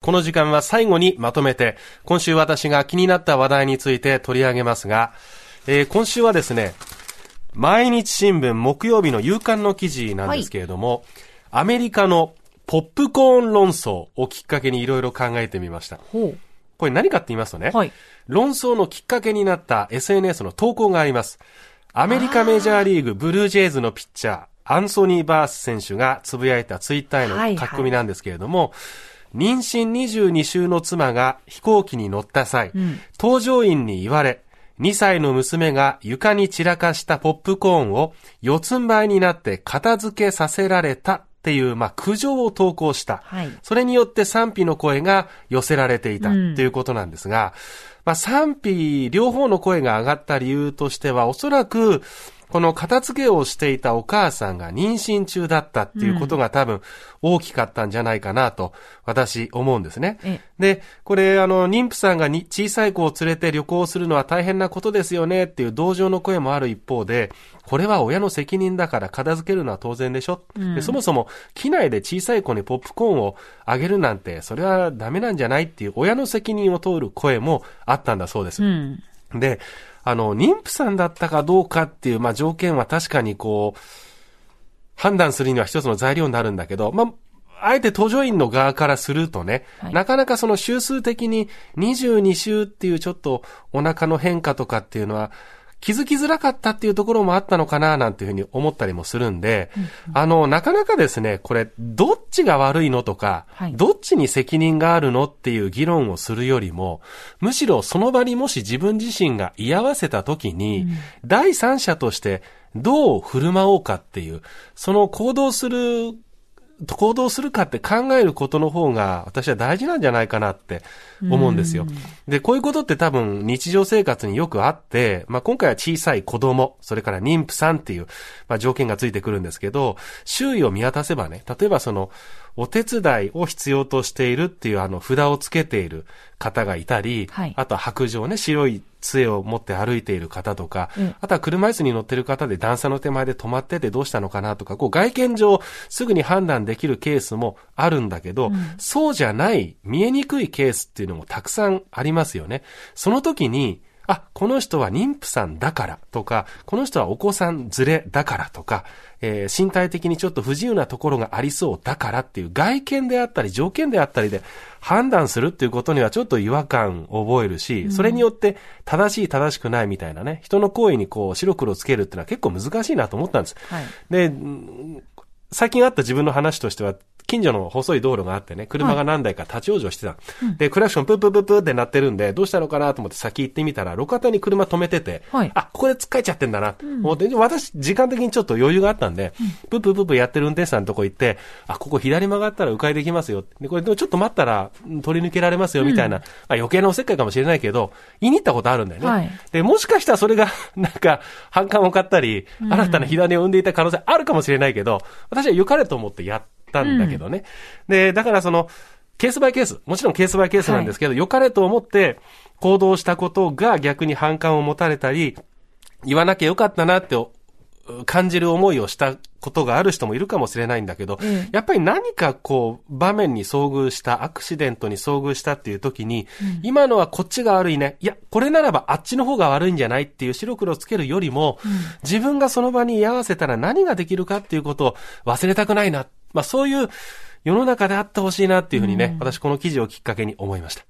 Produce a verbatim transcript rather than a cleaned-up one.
この時間は最後にまとめて、今週私が気になった話題について取り上げますが、えー、今週はですね、毎日新聞木曜日の夕刊の記事なんですけれども、はい、アメリカのポップコーン論争をきっかけにいろいろ考えてみました。 ほう。 これ何かって言いますとね、 はい、 論争のきっかけになった エスエヌエス の投稿があります。アメリカメジャーリーグブルージェイズのピッチャー、アンソニー・バース選手がつぶやいたツイッターへの書き込みなんですけれども、はいはい、妊娠にじゅうに週の妻が飛行機に乗った際、うん、搭乗員に言われ、にさいの娘が床に散らかしたポップコーンを四つん這いになって片付けさせられたっていう、まあ、苦情を投稿した、はい。それによって賛否の声が寄せられていたということなんですが、うん、まあ、賛否両方の声が上がった理由としては、おそらくこの片付けをしていたお母さんが妊娠中だったっていうことが多分大きかったんじゃないかなと私思うんですね。で、これあの妊婦さんがに小さい子を連れて旅行するのは大変なことですよねっていう同情の声もある一方で、これは親の責任だから片付けるのは当然でしょ、うん、でそもそも機内で小さい子にポップコーンをあげるなんてそれはダメなんじゃないっていう親の責任を問う声もあったんだそうです。うん、で、あの、妊婦さんだったかどうかっていう、まあ、条件は確かにこう、判断するには一つの材料になるんだけど、まあ、あえて搭乗員の側からするとね、はい、なかなかその週数的ににじゅうに週っていうちょっとお腹の変化とかっていうのは、気づきづらかったっていうところもあったのかななんていうふうに思ったりもするんで、うんうん、あの、なかなかですね、これ、どっちが悪いのとか、はい、どっちに責任があるのっていう議論をするよりも、むしろその場にもし自分自身が居合わせた時に、うん、第三者としてどう振る舞おうかっていう、その行動する、行動するかって考えることの方が私は大事なんじゃないかなって思うんですよ。で、こういうことって多分日常生活によくあって、まあ今回は小さい子供、それから妊婦さんっていう、まあ、条件がついてくるんですけど、周囲を見渡せばね、例えばそのお手伝いを必要としているっていうあの札をつけている方がいたり、はい、あとは白状ね、白い杖を持って歩いている方とか、うん、あとは車椅子に乗っている方で段差の手前で止まっててどうしたのかなとか、こう外見上すぐに判断できるケースもあるんだけど、うん、そうじゃない見えにくいケースっていうのもたくさんありますよね。その時に、あ、この人は妊婦さんだからとか、この人はお子さん連れだからとか、えー、身体的にちょっと不自由なところがありそうだからっていう外見であったり条件であったりで判断するっていうことにはちょっと違和感を覚えるし、うん、それによって正しい正しくないみたいなね、人の行為にこう白黒つけるっていうのは結構難しいなと思ったんです。はい、で、最近あった自分の話としては、近所の細い道路があってね、車が何台か立ち往生してた、はい、で、クラクションプープープープーって鳴ってるんで、どうしたのかなと思って先行ってみたら、路肩に車止めてて、はい、あ、ここで突っかえちゃってんだな、うん、思って、私、時間的にちょっと余裕があったんで、うん、プープープープーやってる運転手さんのとこ行って、あ、ここ左曲がったら迂回できますよ。で、これちょっと待ったら取り抜けられますよ、みたいな、うん、まあ、余計なおせっかいかもしれないけど、言いに行ったことあるんだよね。はい、で、もしかしたらそれが、なんか、反感を買ったり、うん、新たな火種を生んでいた可能性あるかもしれないけど、私は良かれと思ってやって、たんだけどね、うん、でだからそのケースバイケースもちろんケースバイケースなんですけど、はい、良かれと思って行動したことが逆に反感を持たれたり言わなきゃよかったなって感じる思いをしたことがある人もいるかもしれないんだけど、うん、やっぱり何かこう場面に遭遇したアクシデントに遭遇したっていう時に、うん、今のはこっちが悪いね、いやこれならばあっちの方が悪いんじゃないっていう白黒つけるよりも、うん、自分がその場に居合わせたら何ができるかっていうことを忘れたくないな、まあそういう世の中であってほしいなっていうふうにね、うん、私この記事をきっかけに思いました。